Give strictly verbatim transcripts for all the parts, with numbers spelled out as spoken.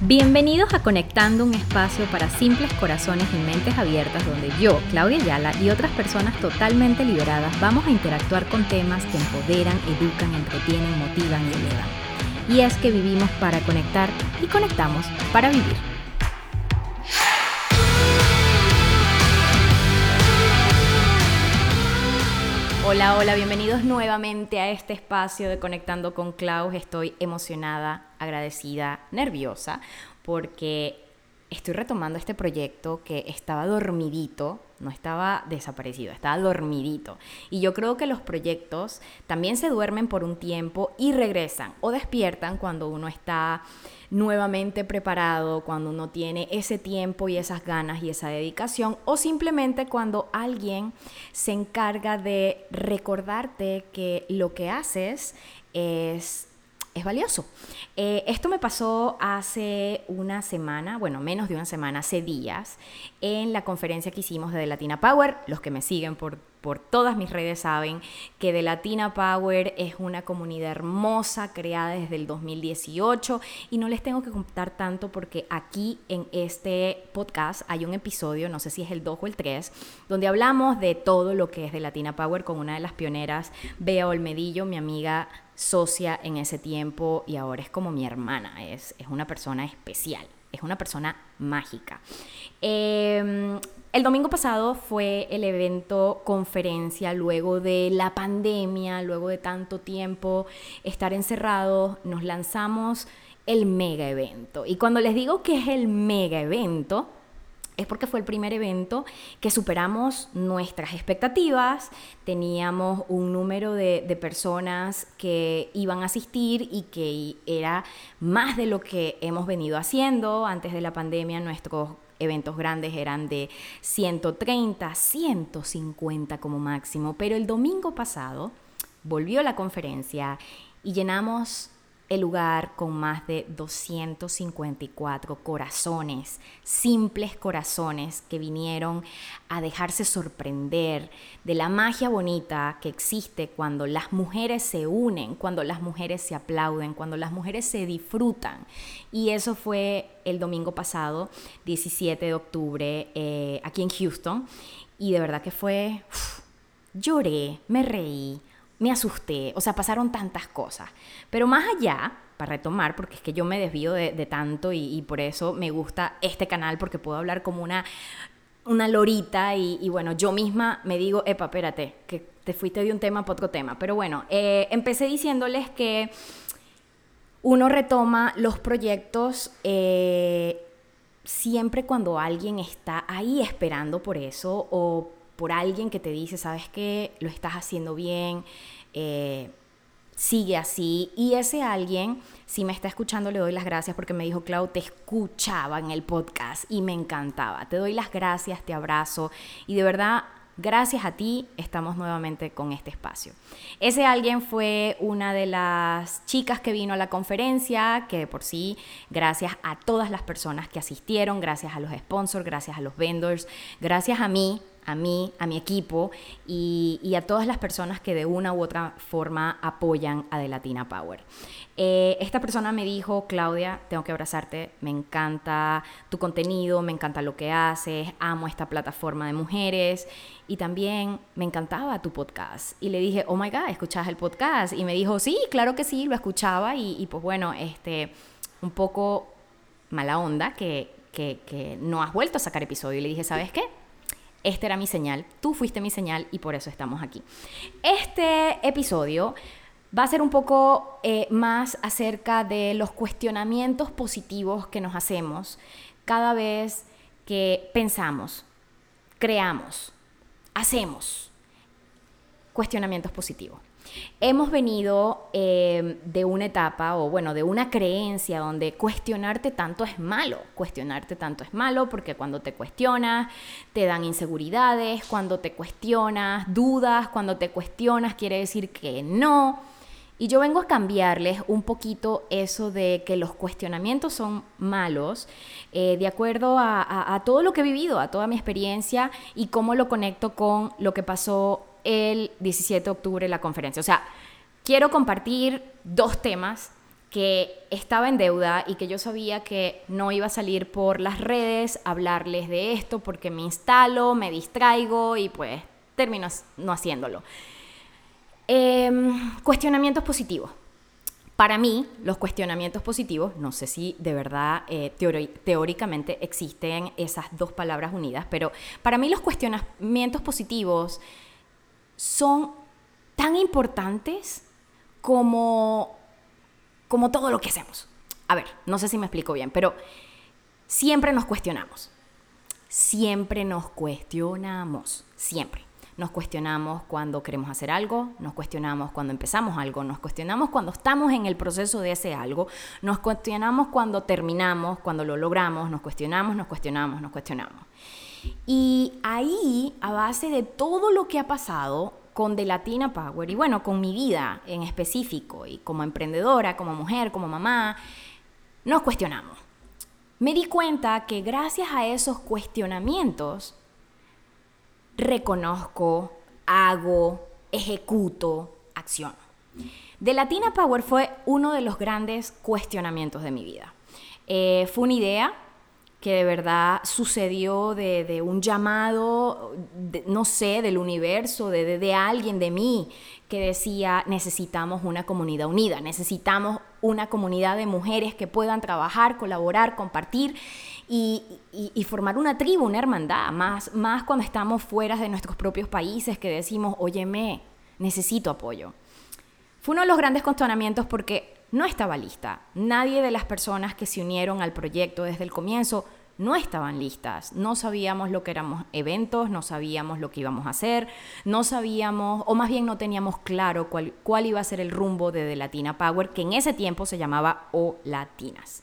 Bienvenidos a Conectando, un espacio para simples corazones y mentes abiertas donde yo, Claudia Ayala, y otras personas totalmente liberadas vamos a interactuar con temas que empoderan, educan, entretienen, motivan y elevan. Y es que vivimos para conectar y conectamos para vivir. Hola, hola, bienvenidos nuevamente a este espacio de Conectando con Clau. Estoy emocionada, agradecida, nerviosa, porque estoy retomando este proyecto que estaba dormidito, no estaba desaparecido, estaba dormidito. Y yo creo que los proyectos también se duermen por un tiempo y regresan o despiertan cuando uno está nuevamente preparado, cuando uno tiene ese tiempo y esas ganas y esa dedicación, o simplemente cuando alguien se encarga de recordarte que lo que haces es es valioso. Eh, esto me pasó hace una semana, bueno, menos de una semana, hace días, en la conferencia que hicimos de The Latina Power. Los que me siguen por, por todas mis redes saben que The Latina Power es una comunidad hermosa creada desde el dos mil dieciocho y no les tengo que contar tanto porque aquí en este podcast hay un episodio, no sé si es el dos o el tres, donde hablamos de todo lo que es The Latina Power con una de las pioneras, Bea Olmedillo, mi amiga socia en ese tiempo y ahora es como mi hermana, es, es una persona especial, es una persona mágica. Eh, el domingo pasado fue el evento conferencia luego de la pandemia, luego de tanto tiempo estar encerrados, nos lanzamos el mega evento. Y cuando les digo que es el mega evento, es porque fue el primer evento que superamos nuestras expectativas, teníamos un número de, de personas que iban a asistir y que era más de lo que hemos venido haciendo. Antes de la pandemia nuestros eventos grandes eran de ciento treinta, ciento cincuenta como máximo, pero el domingo pasado volvió la conferencia y llenamos el lugar con más de doscientos cincuenta y cuatro corazones, simples corazones que vinieron a dejarse sorprender de la magia bonita que existe cuando las mujeres se unen, cuando las mujeres se aplauden, cuando las mujeres se disfrutan. Y eso fue el domingo pasado, diecisiete de octubre, eh, aquí en Houston. Y de verdad que fue, uf, lloré, me reí, me asusté, o sea, pasaron tantas cosas. Pero más allá, para retomar, porque es que yo me desvío de, de tanto y, y por eso me gusta este canal, porque puedo hablar como una, una lorita y, y bueno, yo misma me digo, epa, espérate, que te fuiste de un tema para otro tema. Pero bueno, eh, empecé diciéndoles que uno retoma los proyectos eh, siempre cuando alguien está ahí esperando por eso o por alguien que te dice, ¿sabes qué? Lo estás haciendo bien, eh, sigue así. Y ese alguien, si me está escuchando, le doy las gracias porque me dijo, Clau, te escuchaba en el podcast y me encantaba. Te doy las gracias, te abrazo y de verdad, gracias a ti estamos nuevamente con este espacio. Ese alguien fue una de las chicas que vino a la conferencia, que por sí, gracias a todas las personas que asistieron, gracias a los sponsors, gracias a los vendors, gracias a mí, a mí, a mi equipo y, y a todas las personas que de una u otra forma apoyan a The Latina Power. Eh, esta persona me dijo, Claudia, tengo que abrazarte, me encanta tu contenido, me encanta lo que haces, amo esta plataforma de mujeres y también me encantaba tu podcast. Y le dije, oh my God, ¿escuchas el podcast? Y me dijo, sí, claro que sí, lo escuchaba y, y pues bueno, este, un poco mala onda que, que, que no has vuelto a sacar episodio. Y le dije, ¿sabes qué? Esta era mi señal, tú fuiste mi señal y por eso estamos aquí. Este episodio va a ser un poco eh, más acerca de los cuestionamientos positivos que nos hacemos cada vez que pensamos, creamos, hacemos cuestionamientos positivos. Hemos venido eh, de una etapa o bueno, de una creencia donde cuestionarte tanto es malo. Cuestionarte tanto es malo porque cuando te cuestionas te dan inseguridades, cuando te cuestionas dudas, cuando te cuestionas quiere decir que no. Y yo vengo a cambiarles un poquito eso de que los cuestionamientos son malos eh, de acuerdo a, a, a todo lo que he vivido, a toda mi experiencia y cómo lo conecto con lo que pasó el diecisiete de octubre en la conferencia. O sea, quiero compartir dos temas que estaba en deuda y que yo sabía que no iba a salir por las redes a hablarles de esto porque me instalo, me distraigo y pues termino no haciéndolo. Eh, cuestionamientos positivos. Para mí, los cuestionamientos positivos, no sé si de verdad eh, teori- teóricamente existen esas dos palabras unidas, pero para mí los cuestionamientos positivos son tan importantes como, como todo lo que hacemos. A ver, no sé si me explico bien, pero siempre nos cuestionamos. Siempre nos cuestionamos, siempre. Nos cuestionamos cuando queremos hacer algo, nos cuestionamos cuando empezamos algo, nos cuestionamos cuando estamos en el proceso de ese algo, nos cuestionamos cuando terminamos, cuando lo logramos, nos cuestionamos, nos cuestionamos, nos cuestionamos. Y ahí, a base de todo lo que ha pasado con The Latina Power, y bueno, con mi vida en específico, y como emprendedora, como mujer, como mamá, nos cuestionamos. Me di cuenta que gracias a esos cuestionamientos, reconozco, hago, ejecuto, acciono. The Latina Power fue uno de los grandes cuestionamientos de mi vida. Eh, fue una idea que de verdad sucedió de, de un llamado, de, no sé, del universo, de, de, de alguien, de mí, que decía, necesitamos una comunidad unida, necesitamos una comunidad de mujeres que puedan trabajar, colaborar, compartir y, y, y formar una tribu, una hermandad, más, más cuando estamos fuera de nuestros propios países, que decimos, óyeme, necesito apoyo. Fue uno de los grandes cuestionamientos porque no estaba lista. Nadie de las personas que se unieron al proyecto desde el comienzo no estaban listas. No sabíamos lo que éramos eventos, no sabíamos lo que íbamos a hacer, no sabíamos, o más bien no teníamos claro cuál, cuál iba a ser el rumbo de The Latina Power, que en ese tiempo se llamaba O Latinas.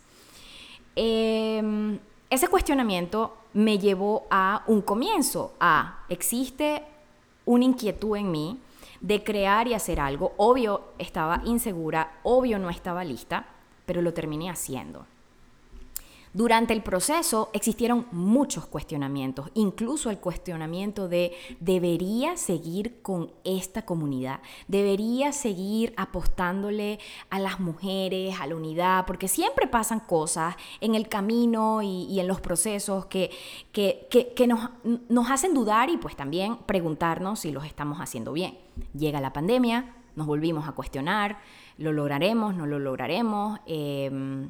Eh, ese cuestionamiento me llevó a un comienzo, a existe una inquietud en mí de crear y hacer algo. Obvio estaba insegura, obvio no estaba lista, pero lo terminé haciendo. Durante el proceso existieron muchos cuestionamientos, incluso el cuestionamiento de ¿debería seguir con esta comunidad? ¿Debería seguir apostándole a las mujeres, a la unidad? Porque siempre pasan cosas en el camino y, y en los procesos que, que, que, que nos, nos hacen dudar y pues también preguntarnos si los estamos haciendo bien. Llega la pandemia, nos volvimos a cuestionar, ¿lo lograremos? ¿No lo lograremos? Eh,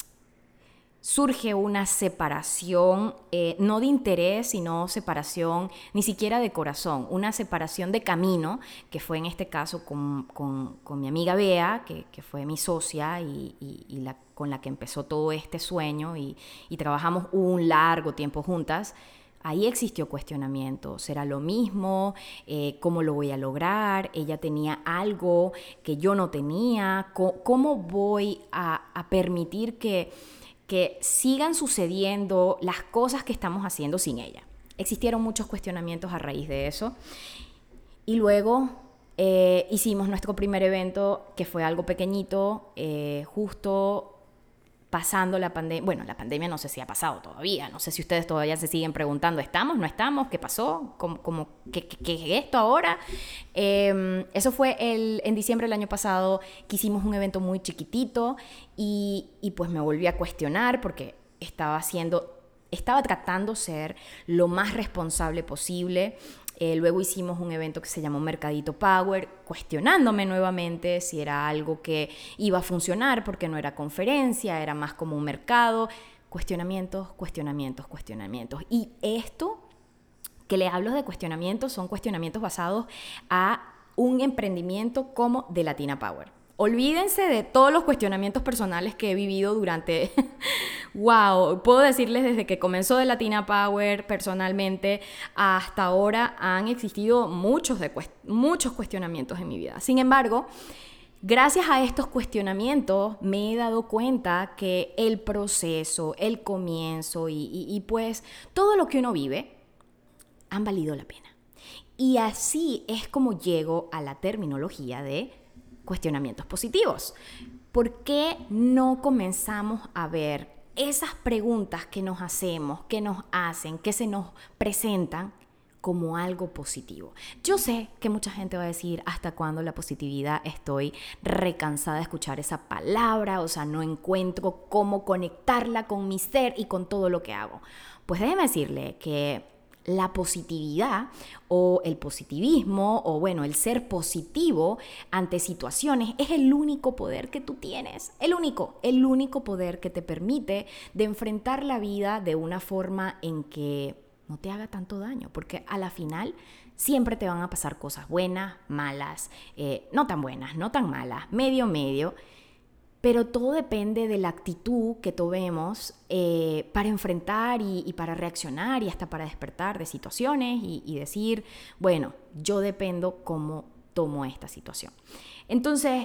surge una separación, eh, no de interés, sino separación ni siquiera de corazón, una separación de camino, que fue en este caso con, con, con mi amiga Bea, que, que fue mi socia y, y, y la, con la que empezó todo este sueño y, y trabajamos un largo tiempo juntas. Ahí existió cuestionamiento, ¿será lo mismo? Eh, ¿Cómo lo voy a lograr? Ella tenía algo que yo no tenía. ¿Cómo, cómo voy a, a permitir que que sigan sucediendo las cosas que estamos haciendo sin ella? Existieron muchos cuestionamientos a raíz de eso. Y luego eh, hicimos nuestro primer evento, que fue algo pequeñito, eh, justo pasando la pandemia. Bueno, la pandemia no sé si ha pasado todavía. No sé si ustedes todavía se siguen preguntando, ¿estamos? ¿No estamos? ¿Qué pasó? ¿Cómo, cómo, qué, qué, ¿Qué es esto ahora? Eh, eso fue el, en diciembre del año pasado, que hicimos un evento muy chiquitito y, y pues me volví a cuestionar porque estaba haciendo, estaba tratando de ser lo más responsable posible. Eh, luego hicimos un evento que se llamó Mercadito Power, cuestionándome nuevamente si era algo que iba a funcionar porque no era conferencia, era más como un mercado. Cuestionamientos, cuestionamientos, cuestionamientos. Y esto que les hablo de cuestionamientos son cuestionamientos basados a un emprendimiento como The Latina Power. Olvídense de todos los cuestionamientos personales que he vivido durante, wow, puedo decirles desde que comenzó The Latina Power personalmente hasta ahora han existido muchos, de, muchos cuestionamientos en mi vida. Sin embargo, gracias a estos cuestionamientos me he dado cuenta que el proceso, el comienzo y, y, y pues todo lo que uno vive han valido la pena. Y así es como llego a la terminología de cuestionamientos positivos. ¿Por qué no comenzamos a ver esas preguntas que nos hacemos, que nos hacen, que se nos presentan como algo positivo. Yo sé que mucha gente va a decir, ¿hasta cuándo la positividad? Estoy recansada de escuchar esa palabra, o sea, no encuentro cómo conectarla con mi ser y con todo lo que hago. Pues déjeme decirle que la positividad o el positivismo o bueno, el ser positivo ante situaciones es el único poder que tú tienes, el único, el único poder que te permite de enfrentar la vida de una forma en que no te haga tanto daño, porque a la final siempre te van a pasar cosas buenas, malas, eh, no tan buenas, no tan malas, medio medio, pero todo depende de la actitud que tomemos eh, para enfrentar y, y para reaccionar y hasta para despertar de situaciones y, y decir, bueno, yo dependo cómo tomo esta situación. Entonces,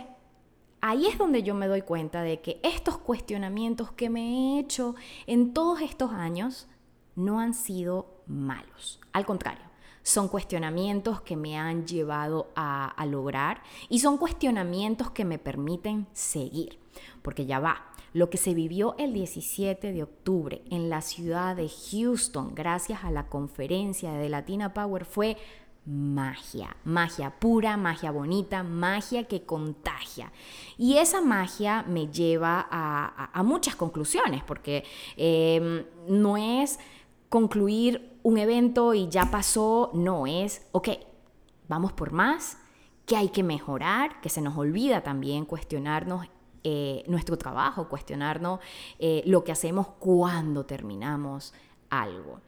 ahí es donde yo me doy cuenta de que estos cuestionamientos que me he hecho en todos estos años no han sido malos. Al contrario, son cuestionamientos que me han llevado a, a lograr y son cuestionamientos que me permiten seguir. Porque ya va, lo que se vivió el diecisiete de octubre en la ciudad de Houston gracias a la conferencia de Latina Power fue magia, magia pura, magia bonita, magia que contagia. Y esa magia me lleva a, a, a muchas conclusiones, porque eh, no es concluir un evento y ya pasó, no es, ok, vamos por más, que hay que mejorar, que se nos olvida también cuestionarnos eh, nuestro trabajo, cuestionarnos eh, lo que hacemos cuando terminamos algo.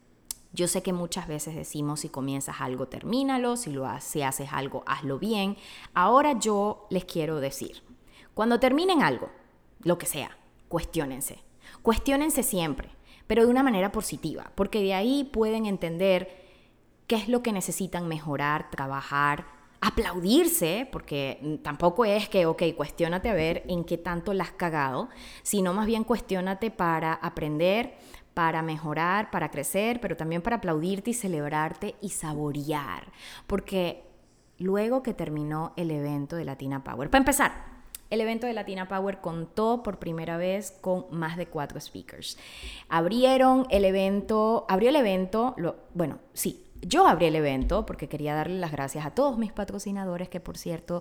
Yo sé que muchas veces decimos, si comienzas algo, termínalo, si, lo haces, si haces algo, hazlo bien. Ahora yo les quiero decir, cuando terminen algo, lo que sea, cuestiónense. Cuestiónense siempre, pero de una manera positiva, porque de ahí pueden entender qué es lo que necesitan mejorar, trabajar, aplaudirse, porque tampoco es que, ok, cuestiónate a ver en qué tanto la has cagado, sino más bien cuestiónate para aprender, para mejorar, para crecer, pero también para aplaudirte y celebrarte y saborear. Porque luego que terminó el evento de Latina Power, para empezar, el evento de Latina Power contó por primera vez con más de cuatro speakers. Abrieron el evento, abrió el evento, lo, bueno, sí, yo abrí el evento porque quería darle las gracias a todos mis patrocinadores, que por cierto,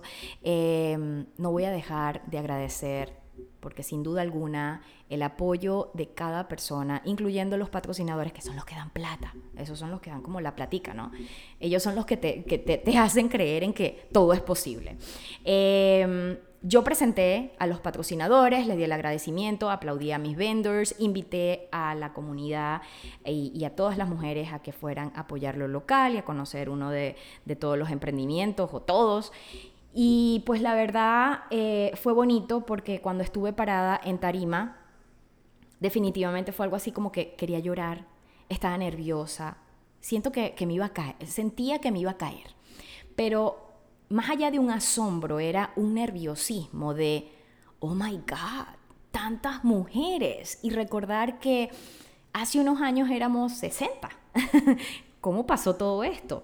eh, no voy a dejar de agradecer, porque sin duda alguna el apoyo de cada persona, incluyendo los patrocinadores, que son los que dan plata, esos son los que dan como la platica, ¿no? Ellos son los que te, que te, te hacen creer en que todo es posible. Eh, yo presenté a los patrocinadores, les di el agradecimiento, aplaudí a mis vendors, invité a la comunidad y, y a todas las mujeres a que fueran a apoyar lo local y a conocer uno de, de todos los emprendimientos, o todos. Y pues la verdad eh, fue bonito, porque cuando estuve parada en tarima, definitivamente fue algo así como que quería llorar, estaba nerviosa, siento que, que me iba a caer, sentía que me iba a caer, pero más allá de un asombro, era un nerviosismo de, oh my God, tantas mujeres, y recordar que hace unos años éramos sesenta. ¿Cómo pasó todo esto?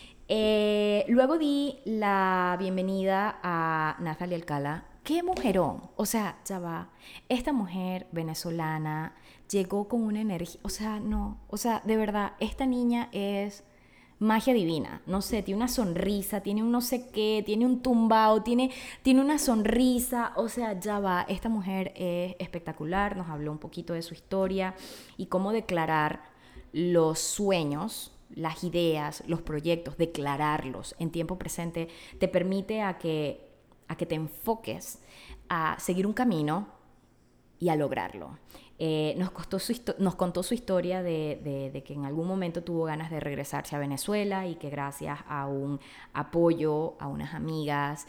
Eh, luego di la bienvenida a Nathalie Alcala. ¡Qué mujerón! O sea, ya va. Esta mujer venezolana llegó con una energía, o sea, no, o sea, de verdad, esta niña es magia divina, no sé, tiene una sonrisa, tiene un no sé qué, tiene un tumbao, tiene, tiene una sonrisa, o sea, ya va, esta mujer es espectacular, nos habló un poquito de su historia y cómo declarar los sueños, las ideas, los proyectos, declararlos en tiempo presente te permite a que, a que te enfoques a seguir un camino y a lograrlo. Eh, nos, costó su nos contó su historia de, de, de que en algún momento tuvo ganas de regresarse a Venezuela y que gracias a un apoyo, a unas amigas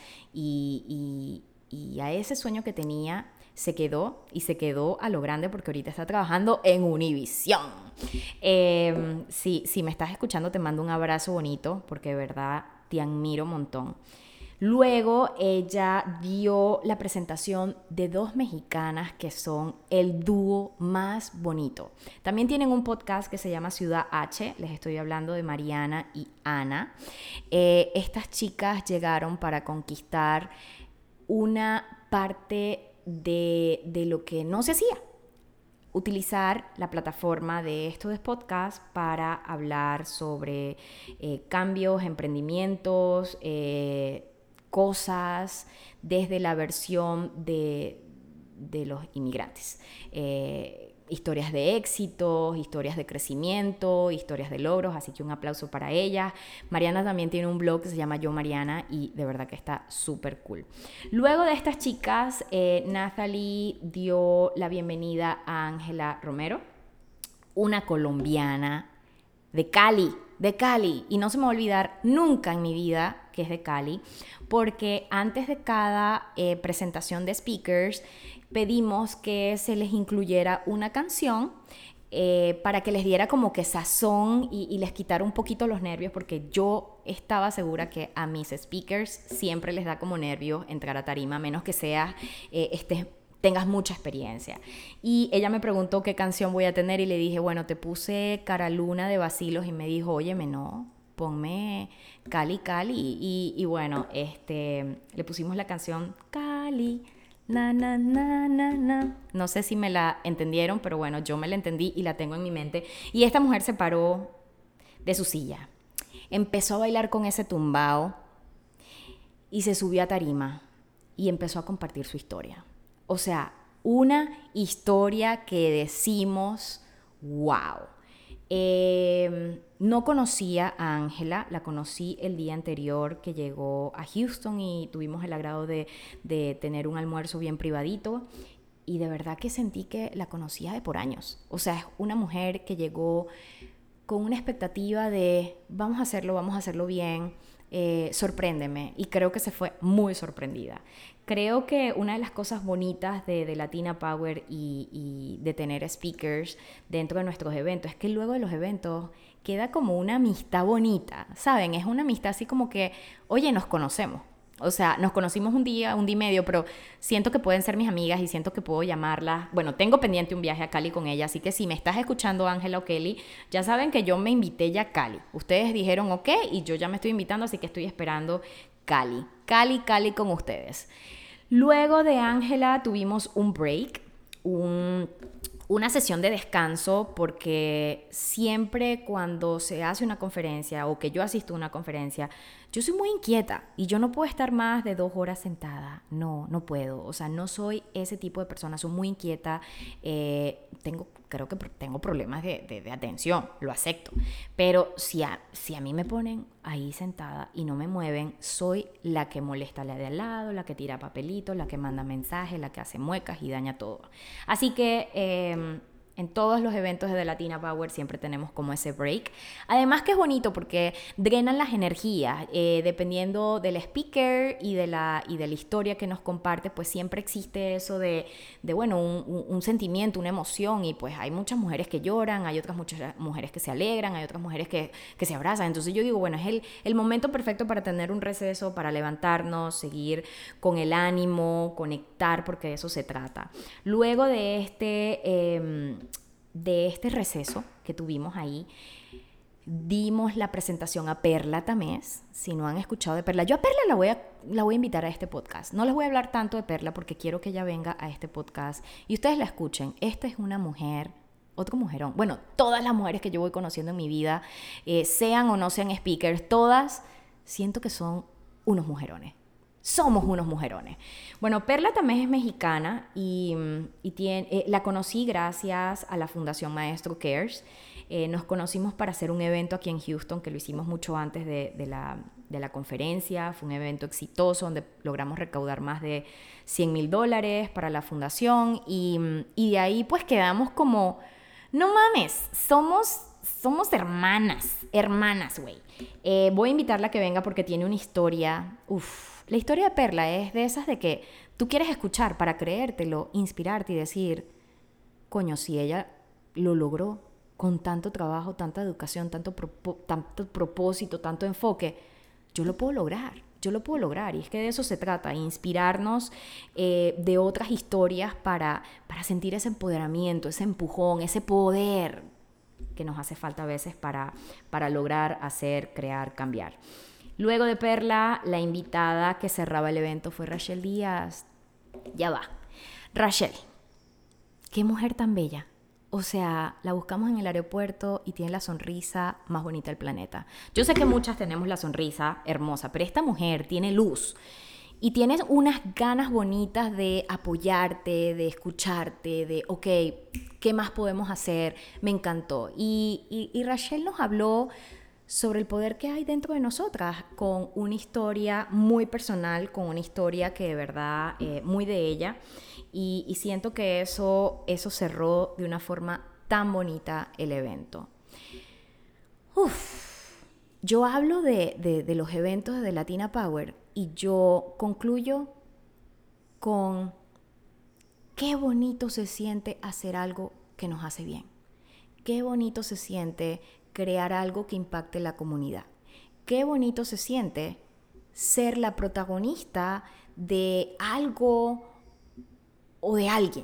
y, y, y a ese sueño que tenía, se quedó y se quedó a lo grande, porque ahorita está trabajando en Univisión. Eh, si, si me estás escuchando, te mando un abrazo bonito, porque de verdad te admiro un montón. Luego ella dio la presentación de dos mexicanas que son el dúo más bonito. También tienen un podcast que se llama Ciudad H. Les estoy hablando de Mariana y Ana. Eh, estas chicas llegaron para conquistar una parte de, de lo que no se hacía. utilizar la plataforma de estos podcasts para hablar sobre eh, cambios, emprendimientos, eh, cosas desde la versión de, de los inmigrantes. Eh, historias de éxito, historias de crecimiento, historias de logros, así que un aplauso para ella. Mariana también tiene un blog que se llama Yo Mariana y de verdad que está súper cool. Luego de estas chicas, eh, Nathalie dio la bienvenida a Ángela Romero, una colombiana de Cali, de Cali, y no se me va a olvidar nunca en mi vida que es de Cali, porque antes de cada eh, presentación de speakers pedimos que se les incluyera una canción eh, para que les diera como que sazón y, y les quitara un poquito los nervios, porque yo estaba segura que a mis speakers siempre les da como nervios entrar a tarima, a menos que seas eh, estés tengas mucha experiencia. Y ella me preguntó qué canción voy a tener y le dije, bueno, te puse Cara Luna de Bacilos, y me dijo, óyeme, no, ponme Cali, Cali. Y, y bueno, este, le pusimos la canción Cali, na, na, na, na, na. No sé si me la entendieron, pero bueno, yo me la entendí y la tengo en mi mente. Y esta mujer se paró de su silla, empezó a bailar con ese tumbao y se subió a tarima y empezó a compartir su historia. O sea, una historia que decimos, wow. Eh, no conocía a Ángela, la conocí el día anterior que llegó a Houston y tuvimos el agrado de, de tener un almuerzo bien privadito. Y de verdad que sentí que la conocía de por años. O sea, es una mujer que llegó con una expectativa de vamos a hacerlo, vamos a hacerlo bien, eh, sorpréndeme. Y creo que se fue muy sorprendida. Creo que una de las cosas bonitas de, de Latina Power y, y de tener speakers dentro de nuestros eventos es que luego de los eventos queda como una amistad bonita, ¿saben? Es una amistad así como que, oye, nos conocemos. O sea, nos conocimos un día, un día y medio, pero siento que pueden ser mis amigas y siento que puedo llamarlas. Bueno, tengo pendiente un viaje a Cali con ella, así que si me estás escuchando, Ángela o Kelly, ya saben que yo me invité ya a Cali. Ustedes dijeron ok y yo ya me estoy invitando, así que estoy esperando Cali. Cali, Cali con ustedes. Luego de Ángela tuvimos un break, un, una sesión de descanso, porque siempre cuando se hace una conferencia o que yo asisto a una conferencia, yo soy muy inquieta y yo no puedo estar más de dos horas sentada. No, no puedo. O sea, no soy ese tipo de persona, soy muy inquieta. Eh, tengo, creo que tengo problemas de, de, de atención, lo acepto. Pero si a, si a mí me ponen ahí sentada y no me mueven, soy la que molesta a la de al lado, la que tira papelitos, la que manda mensajes, la que hace muecas y daña todo. Así que eh, en todos los eventos de The Latina Power siempre tenemos como ese break. Además que es bonito porque drenan las energías. Eh, dependiendo del speaker y de, la, y de la historia que nos comparte, pues siempre existe eso de, de bueno, un, un, un sentimiento, una emoción. Y pues hay muchas mujeres que lloran, hay otras muchas mujeres que se alegran, hay otras mujeres que, que se abrazan. Entonces yo digo, bueno, es el, el momento perfecto para tener un receso, para levantarnos, seguir con el ánimo, conectar, porque de eso se trata. Luego de este... Eh, de este receso que tuvimos ahí, dimos la presentación a Perla Tamés. Si no han escuchado de Perla, yo a Perla la voy a, la voy a invitar a este podcast. No les voy a hablar tanto de Perla porque quiero que ella venga a este podcast y ustedes la escuchen. Esta es una mujer, otro mujerón. Bueno, todas las mujeres que yo voy conociendo en mi vida, eh, sean o no sean speakers, todas siento que son unos mujerones. Somos unos mujerones. Bueno, Perla también es mexicana y, y tiene, eh, la conocí gracias a la Fundación Maestro Cares. Eh, nos conocimos para hacer un evento aquí en Houston que lo hicimos mucho antes de, de, la, de la conferencia. Fue un evento exitoso donde logramos recaudar más de cien mil dólares para la fundación y, y de ahí pues quedamos como, no mames, somos... Somos hermanas, hermanas, güey. Eh, voy a invitarla a que venga porque tiene una historia. Uf, la historia de Perla es de esas de que tú quieres escuchar para creértelo, inspirarte y decir, coño, si ella lo logró con tanto trabajo, tanta educación, tanto, propo- tanto propósito, tanto enfoque, yo lo puedo lograr. Yo lo puedo lograr y es que de eso se trata, inspirarnos eh, de otras historias para, para sentir ese empoderamiento, ese empujón, ese poder que nos hace falta a veces para, para lograr hacer, crear, cambiar. Luego de Perla, la invitada que cerraba el evento fue Rachel Díaz. Ya va. Rachel, qué mujer tan bella. O sea, la buscamos en el aeropuerto y tiene la sonrisa más bonita del planeta. Yo sé que muchas tenemos la sonrisa hermosa, pero esta mujer tiene luz y tienes unas ganas bonitas de apoyarte, de escucharte, de, ok, ¿qué más podemos hacer? Me encantó. Y, y, y Rachel nos habló sobre el poder que hay dentro de nosotras, con una historia muy personal, con una historia que de verdad, eh, muy de ella. Y, y siento que eso, eso cerró de una forma tan bonita el evento. Uf, yo hablo de, de, de los eventos de Latina Power y yo concluyo con qué bonito se siente hacer algo que nos hace bien. Qué bonito se siente crear algo que impacte la comunidad. Qué bonito se siente ser la protagonista de algo o de alguien.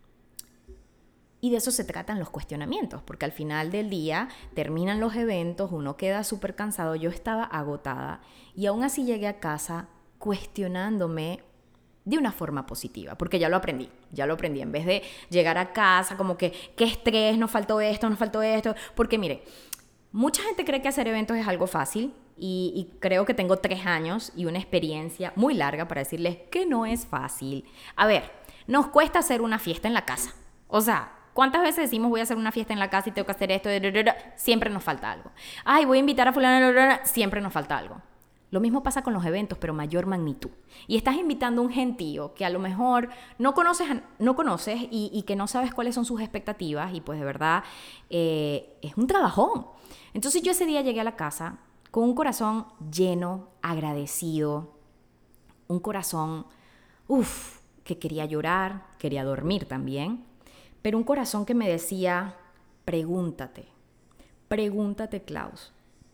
Y de eso se tratan los cuestionamientos, porque al final del día terminan los eventos, uno queda súper cansado. Yo estaba agotada y aún así llegué a casa cuestionándome de una forma positiva, porque ya lo aprendí, ya lo aprendí. En vez de llegar a casa como que, qué estrés, nos faltó esto, nos faltó esto, porque mire, mucha gente cree que hacer eventos es algo fácil y, y creo que tengo tres años y una experiencia muy larga para decirles que no es fácil. A ver, nos cuesta hacer una fiesta en la casa. O sea, ¿cuántas veces decimos voy a hacer una fiesta en la casa y tengo que hacer esto? Siempre nos falta algo. Ay, voy a invitar a fulano, siempre nos falta algo. Lo mismo pasa con los eventos, pero mayor magnitud. Y estás invitando a un gentío que a lo mejor no conoces, no conoces y, y que no sabes cuáles son sus expectativas y pues de verdad eh, es un trabajón. Entonces yo ese día llegué a la casa con un corazón lleno, agradecido, un corazón, uff, que quería llorar, quería dormir también, pero un corazón que me decía, pregúntate, pregúntate, Klaus,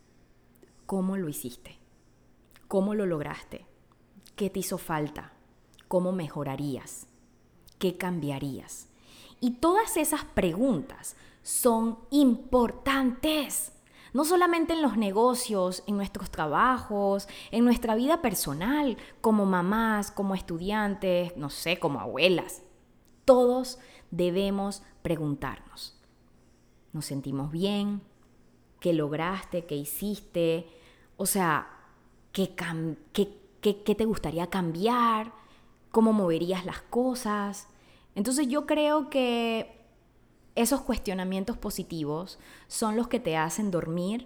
¿cómo lo hiciste? ¿Cómo lo lograste? ¿Qué te hizo falta? ¿Cómo mejorarías? ¿Qué cambiarías? Y todas esas preguntas son importantes. No solamente en los negocios, en nuestros trabajos, en nuestra vida personal, como mamás, como estudiantes, no sé, como abuelas. Todos debemos preguntarnos. ¿Nos sentimos bien? ¿Qué lograste? ¿Qué hiciste? O sea, ¿qué, cam- qué, qué, qué te gustaría cambiar? ¿Cómo moverías las cosas? Entonces yo creo que esos cuestionamientos positivos son los que te hacen dormir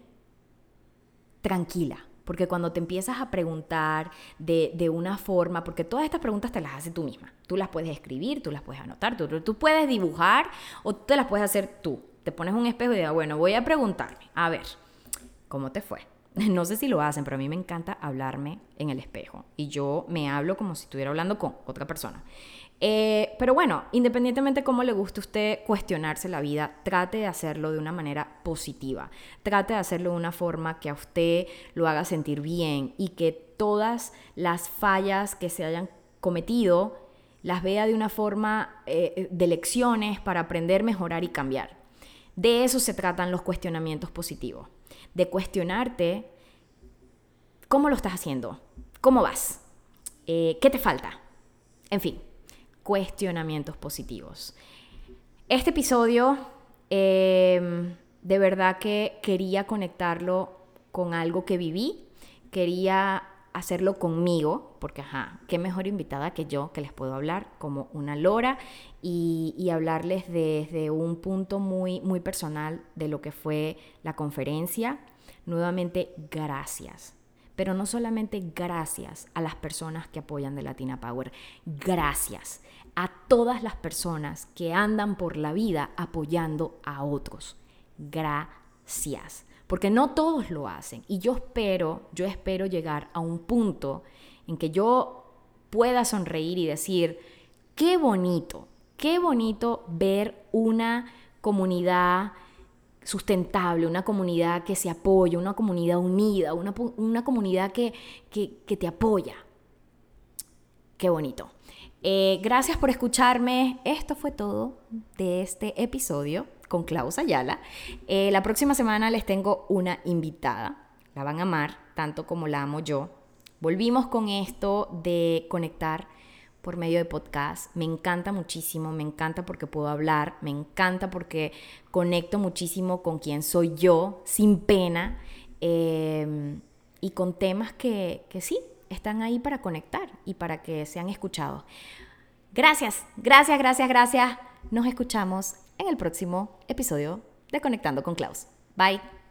tranquila. Porque cuando te empiezas a preguntar de, de una forma, porque todas estas preguntas te las haces tú misma. Tú las puedes escribir, tú las puedes anotar, tú, tú puedes dibujar o tú te las puedes hacer tú. Te pones un espejo y dices, bueno, voy a preguntarme, a ver, ¿cómo te fue? No sé si lo hacen, pero a mí me encanta hablarme en el espejo. Y yo me hablo como si estuviera hablando con otra persona. Eh, pero bueno, independientemente de cómo le guste a usted cuestionarse la vida, trate de hacerlo de una manera positiva. Trate de hacerlo de una forma que a usted lo haga sentir bien y que todas las fallas que se hayan cometido las vea de una forma eh, de lecciones para aprender, mejorar y cambiar. De eso se tratan los cuestionamientos positivos. De cuestionarte cómo lo estás haciendo, cómo vas, eh, qué te falta, en fin. Cuestionamientos positivos. Este episodio eh, de verdad que quería conectarlo con algo que viví, quería hacerlo conmigo, porque ajá, qué mejor invitada que yo que les puedo hablar como una lora y, y hablarles desde un punto muy, muy personal de lo que fue la conferencia. Nuevamente, gracias. Pero no solamente gracias a las personas que apoyan de Latina Power, gracias a todas las personas que andan por la vida apoyando a otros. Gracias. Porque no todos lo hacen. Y yo espero, yo espero llegar a un punto en que yo pueda sonreír y decir, qué bonito, qué bonito ver una comunidad sustentable, una comunidad que se apoya, una comunidad unida, una, una comunidad que, que, que te apoya. Qué bonito. Eh, gracias por escucharme. Esto fue todo de este episodio con Klaus Ayala. Eh, la próxima semana les tengo una invitada. La van a amar tanto como la amo yo. Volvimos con esto de conectar por medio de podcast. Me encanta muchísimo, me encanta porque puedo hablar, me encanta porque conecto muchísimo con quien soy yo, sin pena, eh, y con temas que, que sí, están ahí para conectar y para que sean escuchados. Gracias, gracias, gracias, gracias. Nos escuchamos en el próximo episodio de Conectando con Klaus. Bye.